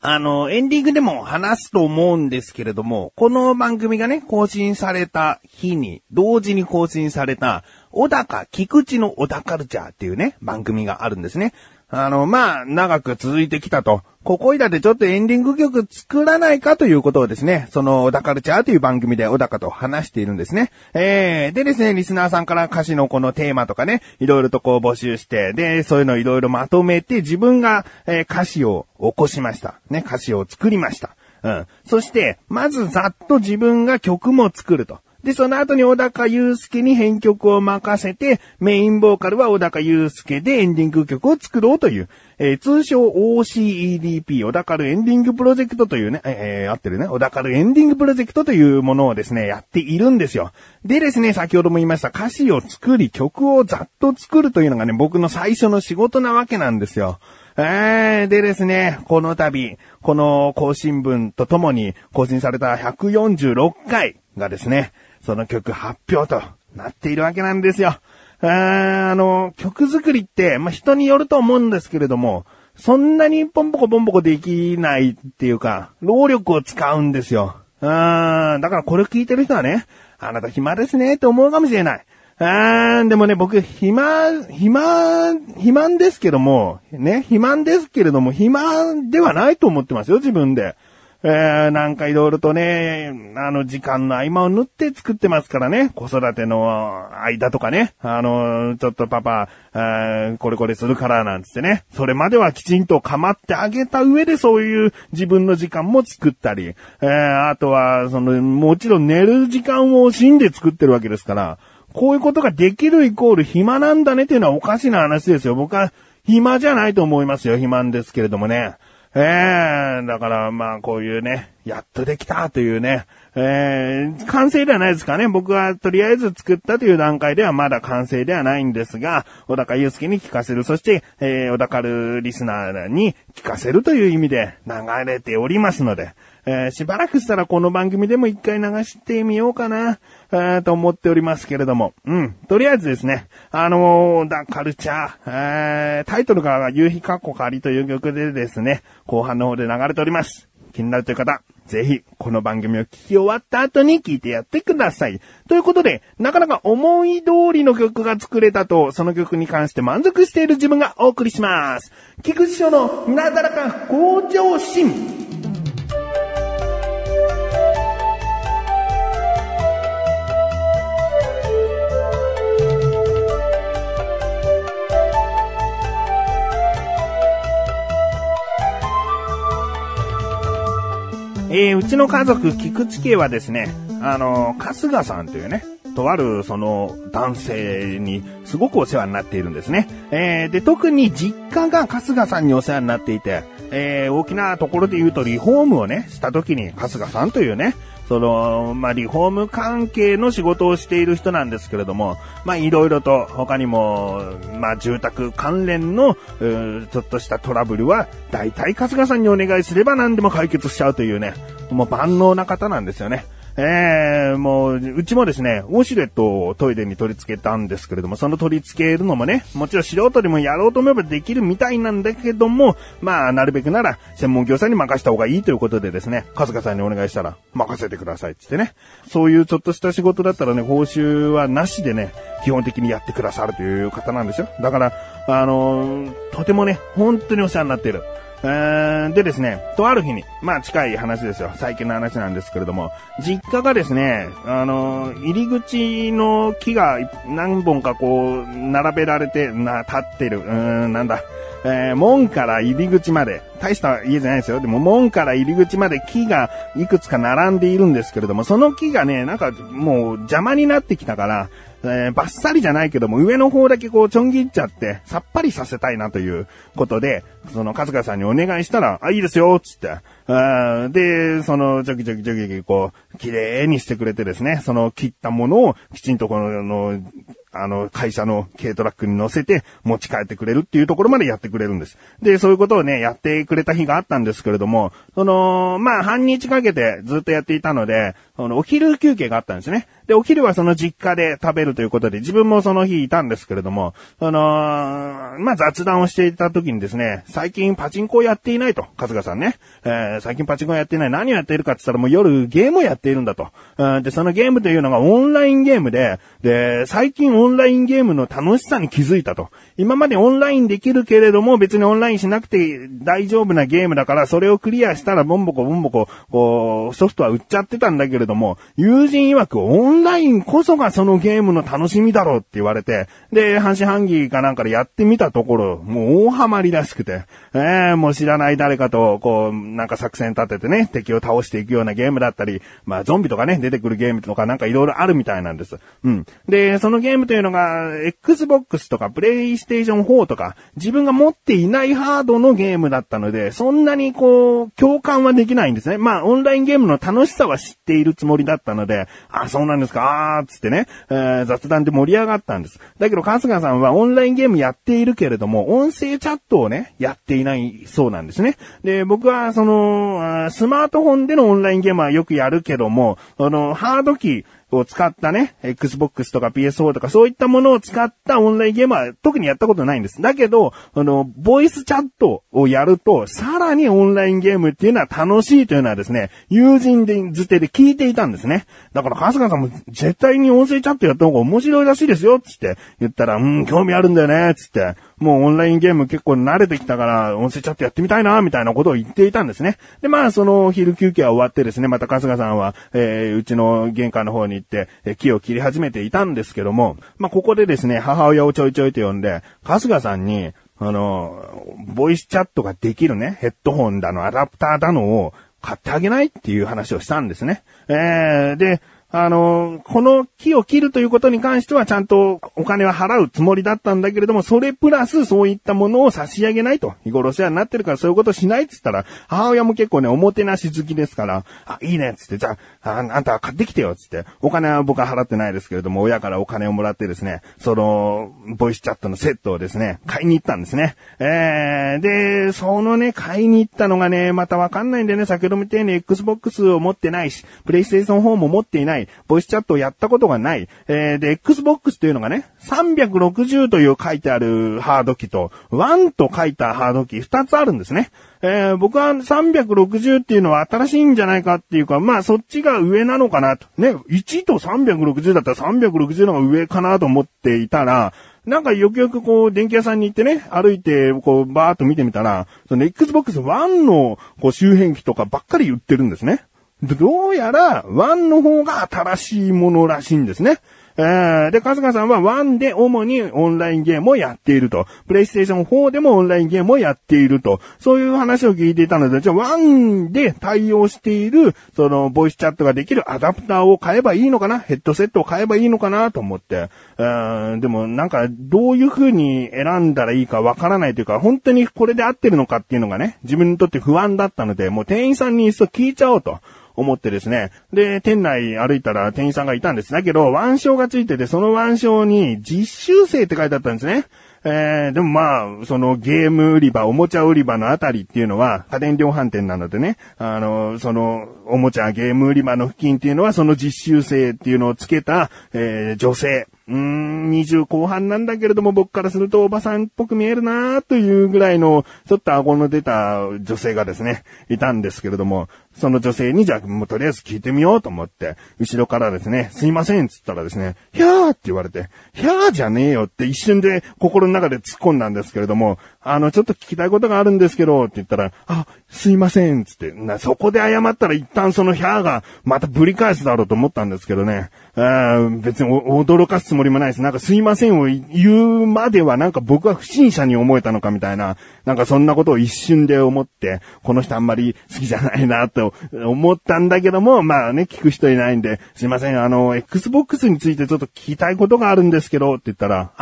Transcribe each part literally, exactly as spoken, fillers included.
あの、エンディングでも話すと思うんですけれども、この番組がね、更新された日に、同時に更新された、小高菊池の小高カルチャーっていうね、番組があるんですね。あの、まあ、長く続いてきたと。ここいらでちょっとエンディング曲作らないかということをですね、その小高カルチャーという番組で小高と話しているんですね。えー、でですね、リスナーさんから歌詞のこのテーマとかね、いろいろとこう募集して、で、そういうのをいろいろまとめて自分が、えー、歌詞を起こしました。ね、歌詞を作りました。うん。そして、まずざっと自分が曲も作ると。で、その後に小高祐介に編曲を任せて、メインボーカルは小高祐介でエンディング曲を作ろうという、えー、通称 オーシーイーディーピー、小高エンディングプロジェクトというね、えー、合ってるね、小高エンディングプロジェクトというものをですね、やっているんですよ。でですね、先ほども言いました歌詞を作り、曲をざっと作るというのがね、僕の最初の仕事なわけなんですよ。えー、でですね、この度、この更新分とともに更新されたひゃくよんじゅうろっかいがですね、その曲発表となっているわけなんですよ。あ, あの、曲作りって、まあ、人によると思うんですけれども、そんなにポンポコポンポコできないっていうか、労力を使うんですよ。あだからこれ聞いてる人はね、あなた暇ですねって思うかもしれない。あーでもね、僕、暇、暇、肥満ですけども、ね、肥満ですけれども、暇ではないと思ってますよ、自分で。えー、なんかいろいろとね、あの、時間の合間を縫って作ってますからね。子育ての間とかね。あの、ちょっとパパ、これこれするからなんつってね。それまではきちんと構ってあげた上でそういう自分の時間も作ったり。えー、あとは、その、もちろん寝る時間を惜しんで作ってるわけですから。こういうことができるイコール暇なんだねっていうのはおかしな話ですよ。僕は暇じゃないと思いますよ。暇なんですけれどもね。ええー、だからまあこういうね、やっとできたというね、えー、完成ではないですかね。僕はとりあえず作ったという段階ではまだ完成ではないんですが、小高祐介に聞かせる、そして、えー、小高るリスナーに聞かせるという意味で流れておりますので、えー、しばらくしたらこの番組でも一回流してみようかな、えー、と思っておりますけれども。うん。とりあえずですね、あのー、ダカルチャー、えー、タイトルが夕日かっこかりという曲でですね、後半の方で流れております。気になるという方、ぜひ、この番組を聞き終わった後に聞いてやってください。ということで、なかなか思い通りの曲が作れたと、その曲に関して満足している自分がお送りします。菊池翔のなだらか向上心。えー、うちの家族、菊池家はですね、あの、春日さんというね、とあるその男性にすごくお世話になっているんですね。えー、で、特に実家が春日さんにお世話になっていて、えー、大きなところで言うとリフォームをね、した時に春日さんというね、その、まあ、リフォーム関係の仕事をしている人なんですけれども、まあ、いろいろと他にも、まあ、住宅関連の、ちょっとしたトラブルは、大体春日さんにお願いすれば何でも解決しちゃうというね、もう万能な方なんですよね。えー、もう、うちもですね、ウォシュレットをトイレに取り付けたんですけれども、その取り付けるのもね、もちろん素人でもやろうと思えばできるみたいなんだけども、まあ、なるべくなら、専門業者に任した方がいいということでですね、春日さんにお願いしたら、任せてくださいって言ってね、そういうちょっとした仕事だったらね、報酬はなしでね、基本的にやってくださるという方なんですよ。だから、あのー、とてもね、本当にお世話になっている。えー、でですね、とある日に、まあ近い話ですよ。最近の話なんですけれども、実家がですね、あの、入り口の木が何本かこう、並べられて、な、立ってる、うーん、なんだ、えー、門から入り口まで、大した家じゃないですよ。でも門から入り口まで木がいくつか並んでいるんですけれども、その木がね、なんかもう邪魔になってきたから、えー、バッサリじゃないけども、上の方だけこうちょん切っちゃって、さっぱりさせたいなということで、その春日さんにお願いしたら、あ、いいですよ、つって。あで、その、ちょきちょきちょきちょき、こう、綺麗にしてくれてですね、その切ったものをきちんとこの、のあの、会社の軽トラックに乗せて持ち帰ってくれるっていうところまでやってくれるんです。で、そういうことをね、やってくれた日があったんですけれども、その、まあ、半日かけてずっとやっていたので、その、お昼休憩があったんですね。で、お昼はその実家で食べるということで、自分もその日いたんですけれども、その、まあ、雑談をしていた時にですね、最近パチンコをやっていないと、春日さんね、えー、最近パチンコをやっていない、何をやっているかって言ったらもう夜ゲームをやっているんだと。うん、で、そのゲームというのがオンラインゲームで、で、最近オンラインゲームの楽しさに気づいたと。今までオンラインできるけれども、別にオンラインしなくて大丈夫なゲームだから、それをクリアしたらボンボコボンボコ、こう、ソフトは売っちゃってたんだけれども、友人曰くオンラインこそがそのゲームの楽しみだろうって言われて、で、半信半疑かなんかでやってみたところ、もう大ハマりらしくて、えー、もう知らない誰かと、こう、なんか作戦立ててね、敵を倒していくようなゲームだったり、まあ、ゾンビとかね、出てくるゲームとかなんかいろいろあるみたいなんです。うん。で、そのゲームというのが、Xbox とか PlayStation フォーとか、自分が持っていないハードのゲームだったので、そんなにこう、共感はできないんですね。まあ、オンラインゲームの楽しさは知っているつもりだったので、あ、そうなんですか、あーつってね、えー、雑談で盛り上がったんです。だけど、春日さんはオンラインゲームやっているけれども、音声チャットをね、やっていないそうなんですね。で、僕はその、スマートフォンでのオンラインゲームはよくやるけども、その、ハード機を使ったね、Xbox とか ピーエスフォー とかそういったものを使ったオンラインゲームは特にやったことないんです。だけど、あの、ボイスチャットをやると、さらにオンラインゲームっていうのは楽しいというのはですね、友人で図手で聞いていたんですね。だから、春日さんも絶対に音声チャットやった方が面白いらしいですよ、つって言ったら、うん、興味あるんだよね、つって。もうオンラインゲーム結構慣れてきたから、音声チャットやってみたいな、みたいなことを言っていたんですね。で、まあ、その昼休憩は終わってですね、また春日さんは、えー、うちの玄関の方に行って、えー、木を切り始めていたんですけども、まあ、ここでですね、母親をちょいちょいと呼んで、春日さんに、あの、ボイスチャットができるね、ヘッドホンだの、アダプターだのを買ってあげないっていう話をしたんですね。えー、で、あの、この木を切るということに関してはちゃんとお金は払うつもりだったんだけれども、それプラスそういったものを差し上げないと。日頃お世話になってるからそういうことしないって言ったら、母親も結構ね、おもてなし好きですから、あ、いいねっつって、じゃあ、あ、あんたは買ってきてよっつって、お金は僕は払ってないですけれども、親からお金をもらってですね、その、ボイスチャットのセットをですね、買いに行ったんですね。えー、で、そのね、買いに行ったのがね、またわかんないんでね、先ほども言ったように Xbox を持ってないし、PlayStation フォーも持っていない、ボイスチャットをやったことがない。えー、で、Xbox というのがね、さんびゃくろくじゅうという書いてあるハード機と、ワンと書いたハード機ふたつあるんですね。えー、僕はさんびゃくろくじゅうっていうのは新しいんじゃないかっていうか、まあそっちが上なのかなと。ね、いちとさんびゃくろくじゅうだったらさんびゃくろくじゅうのが上かなと思っていたら、なんかよくよくこう電気屋さんに行ってね、歩いてこうバーっと見てみたら、その Xbox ワンのこう周辺機とかばっかり売ってるんですね。どうやらワンの方が新しいものらしいんですね。えー、で、春日さんはワンで主にオンラインゲームをやっていると。プレイステーションフォーでもオンラインゲームをやっていると。そういう話を聞いていたので、じゃあワンで対応している、その、ボイスチャットができるアダプターを買えばいいのかな？ヘッドセットを買えばいいのかなと思って。えー、でもなんか、どういう風に選んだらいいかわからないというか、本当にこれで合ってるのかっていうのがね、自分にとって不安だったので、もう店員さんにいっそ聞いちゃおうと。思ってですね。で、店内歩いたら店員さんがいたんです。だけど、腕章がついてて、その腕章に実習生って書いてあったんですね。えー、でもまあ、そのゲーム売り場、おもちゃ売り場のあたりっていうのは家電量販店なのでね、あの、そのおもちゃゲーム売り場の付近っていうのはその実習生っていうのをつけた、えー、女性。うーん、にじゅう後半なんだけれども僕からするとおばさんっぽく見えるなというぐらいのちょっと顎の出た女性がですね、いたんですけれども、その女性にじゃあもうとりあえず聞いてみようと思って、後ろからですね、すいませんっつったらですね、ひゃーって言われて、ひゃーじゃねえよって一瞬で心の中で突っ込んだんですけれども、あの、ちょっと聞きたいことがあるんですけど、って言ったら、あ、すいませんっつって、なそこで謝ったら一旦そのひゃーがまたぶり返すだろうと思ったんですけどね、あ別に驚かすつもりもないです。なんかすいませんを言うまではなんか僕は不審者に思えたのかみたいな、なんかそんなことを一瞬で思って、この人あんまり好きじゃないなと思ったんだけども、まあね、聞く人いないんで、すいません、あの、Xbox についてちょっと聞きたいことがあるんですけど、って言ったら、あ、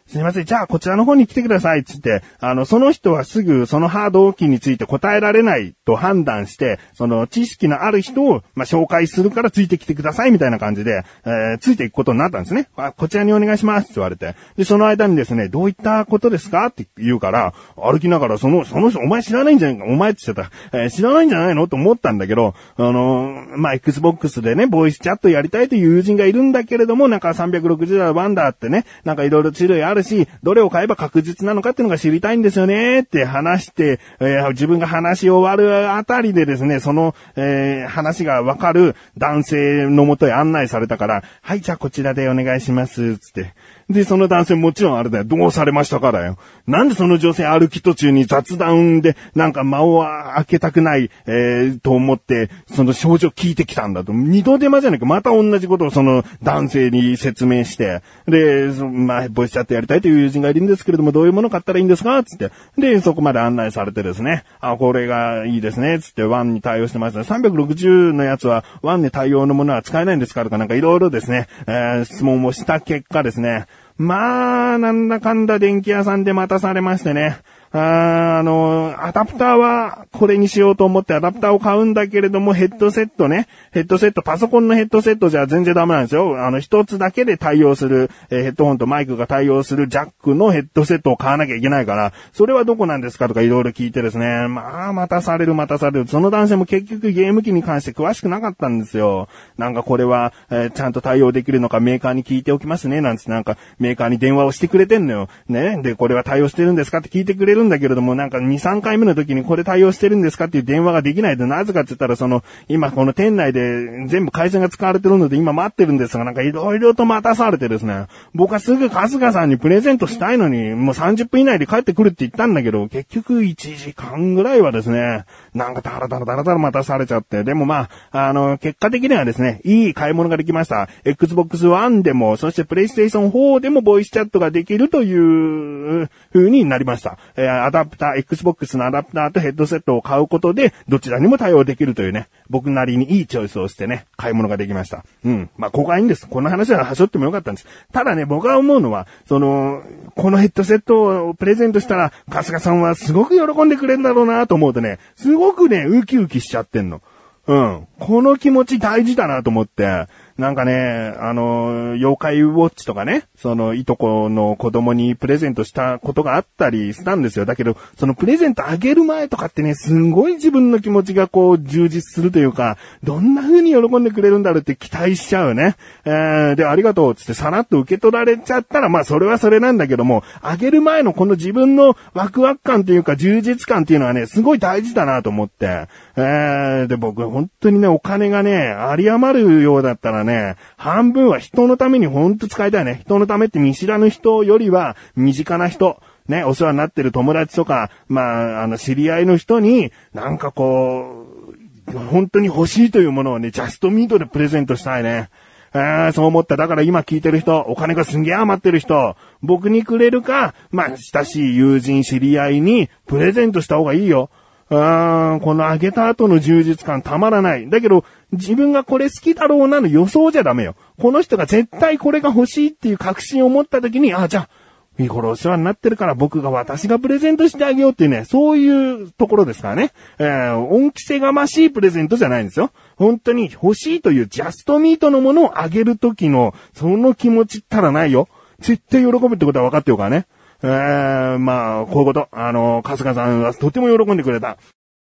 すいません、じゃあこちらの方に来てください、つって、あの、その人はすぐそのハードオーキーについて答えられないと判断して、その知識のある人を、まあ、紹介するからついてきてください、みたいな感じで、えー、ついていくことになったんですね。あ、こちらにお願いします、って言われて。で、その間にですね、どういったことですかって言うから、歩きながら、その、その人、お前知らないんじゃないか、お前って言ってた、えー、知らないんじゃないのと思ったんだけど、あのー、まあ、Xbox でね、ボイスチャットやりたいという友人がいるんだけれども、なんかさんびゃくろくじゅうだいワンダーってね、なんかいろいろ種類あるし、どれを買えば確実なのかっていうのが知りたいんですよねって話して、えー、自分が話し終わるあたりでですね、その、えー、話がわかる男性のもとへ案内されたから、はい、じゃあこちらでお願いします、つって。で、その男性もちろんあれだよ。どうされましたかだよ。なんでその女性歩き途中に雑談で、なんか間を開けたくない、えー、と思って、その症状聞いてきたんだと。二度手間じゃなく、また同じことをその男性に説明して、で、そまあ、ボイスチャットやりたいという友人がいるんですけれども、どういうもの買ったらいいんですかつって。で、そこまで案内されてですね。あ、これがいいですね。つって、ワンに対応してますね。さんびゃくろくじゅうのやつは、ワンに対応のものは使えないんですかとか、なんかいろいろですね、えー、質問をした結果ですね、まあ、なんだかんだ電気屋さんで待たされましてね。あ, あの、アダプターはこれにしようと思ってアダプターを買うんだけれども、ヘッドセットね。ヘッドセット、パソコンのヘッドセットじゃ全然ダメなんですよ。あの、一つだけで対応する、えー、ヘッドホンとマイクが対応するジャックのヘッドセットを買わなきゃいけないから、それはどこなんですかとかいろいろ聞いてですね。まあ、待たされる待たされる。その男性も結局ゲーム機に関して詳しくなかったんですよ。なんかこれは、えー、ちゃんと対応できるのかメーカーに聞いておきますね。なんつってなんかメーカーに電話をしてくれてんのよ。ね。で、これは対応してるんですかって聞いてくれるんだけれども、なんかに、さんかいめの時にこれ対応してるんですかっていう電話ができないと、なぜかって言ったらその、今この店内で全部回線が使われてるので今待ってるんですが、なんかいろいろと待たされてですね、僕はすぐ春日さんにプレゼントしたいのに、もうさんじゅっぷん以内で帰ってくるって言ったんだけど、結局いちじかんぐらいはですね、なんかダラダラダラダラ待たされちゃって、でもまあ、あの、結果的にはですね、いい買い物ができました。Xbox One でも、そして PlayStation フォーでもボイスチャットができるという風になりました。えー、アダプター、Xbox のアダプターとヘッドセットを買うことで、どちらにも対応できるというね、僕なりにいいチョイスをしてね、買い物ができました。うん。まあ、ここはいいんです。この話ははしょってもよかったんです。ただね、僕が思うのは、その、このヘッドセットをプレゼントしたら、春日さんはすごく喜んでくれるんだろうなと思うとね、すごくね、ウキウキしちゃってんの。うん。この気持ち大事だなと思って、なんかね、あの、妖怪ウォッチとかね、その、いとこの子供にプレゼントしたことがあったりしたんですよ。だけど、そのプレゼントあげる前とかってね、すんごい自分の気持ちがこう、充実するというか、どんな風に喜んでくれるんだろうって期待しちゃうね。えー、で、ありがとうつってさらっと受け取られちゃったら、まあ、それはそれなんだけども、あげる前のこの自分のワクワク感というか、充実感っていうのはね、すごい大事だなと思って、えー、で、僕、本当にね、お金がね、あり余るようだったらね、半分は人のためにほんと使いたいね。人のためって見知らぬ人よりは、身近な人、ね、お世話になってる友達とか、まあ、あの、知り合いの人に、なんかこう、本当に欲しいというものをね、ジャストミートでプレゼントしたいね。えー、そう思った。だから今聞いてる人、お金がすんげえ余ってる人、僕にくれるか、まあ、親しい友人、知り合いにプレゼントした方がいいよ。あー、このあげた後の充実感たまらない。だけど、自分がこれ好きだろうなの予想じゃダメよ。この人が絶対これが欲しいっていう確信を持った時に、あ、じゃあ、いい頃お世話になってるから僕が私がプレゼントしてあげようっていうね、そういうところですからね。えー、恩着せがましいプレゼントじゃないんですよ。本当に欲しいというジャストミートのものをあげる時の、その気持ちったらないよ。絶対喜ぶってことは分かってるからね。えー、まあ、こういうこと。あの、春日さんはとても喜んでくれた。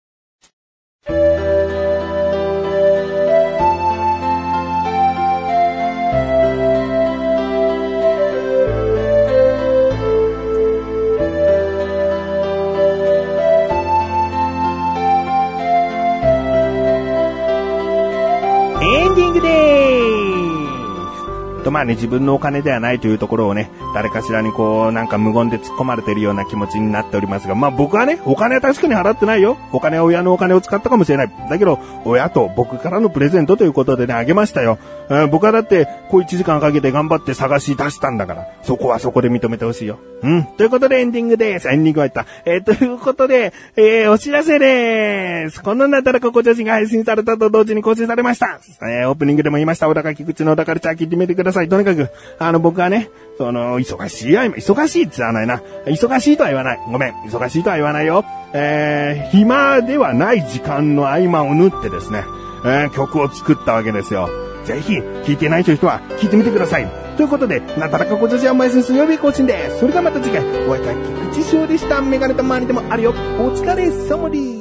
エンディングでーす。とまあね、自分のお金ではないというところをね、誰かしらにこうなんか無言で突っ込まれているような気持ちになっておりますが、まあ僕はね、お金は確かに払ってないよ。お金は親のお金を使ったかもしれない。だけど親と僕からのプレゼントということでね、あげましたよ。えー、僕はだってこういちじかんかけて頑張って探し出したんだから、そこはそこで認めてほしいよ。うん。ということでエンディングです。エンディングは言った。えー、ということで、えー、お知らせでーす。このなだらかご女子が配信されたと同時に更新されました。えー、オープニングでも言いました、小高菊池の小高ルチャー聞いてみてください。 さい。とにかく、あの、僕はね、その、忙しい合間、忙しいって言わないな。忙しいとは言わない。ごめん。忙しいとは言わないよ。えー、暇ではない時間の合間を縫ってですね、えー、曲を作ったわけですよ。ぜひ、聞いてないという人は聞いてみてください。ということで、なだらかご女子は毎週水曜日更新です。それではまた次回、お会いいたい菊池翔でした。メガネたまわりでもあるよ。お疲れ様です。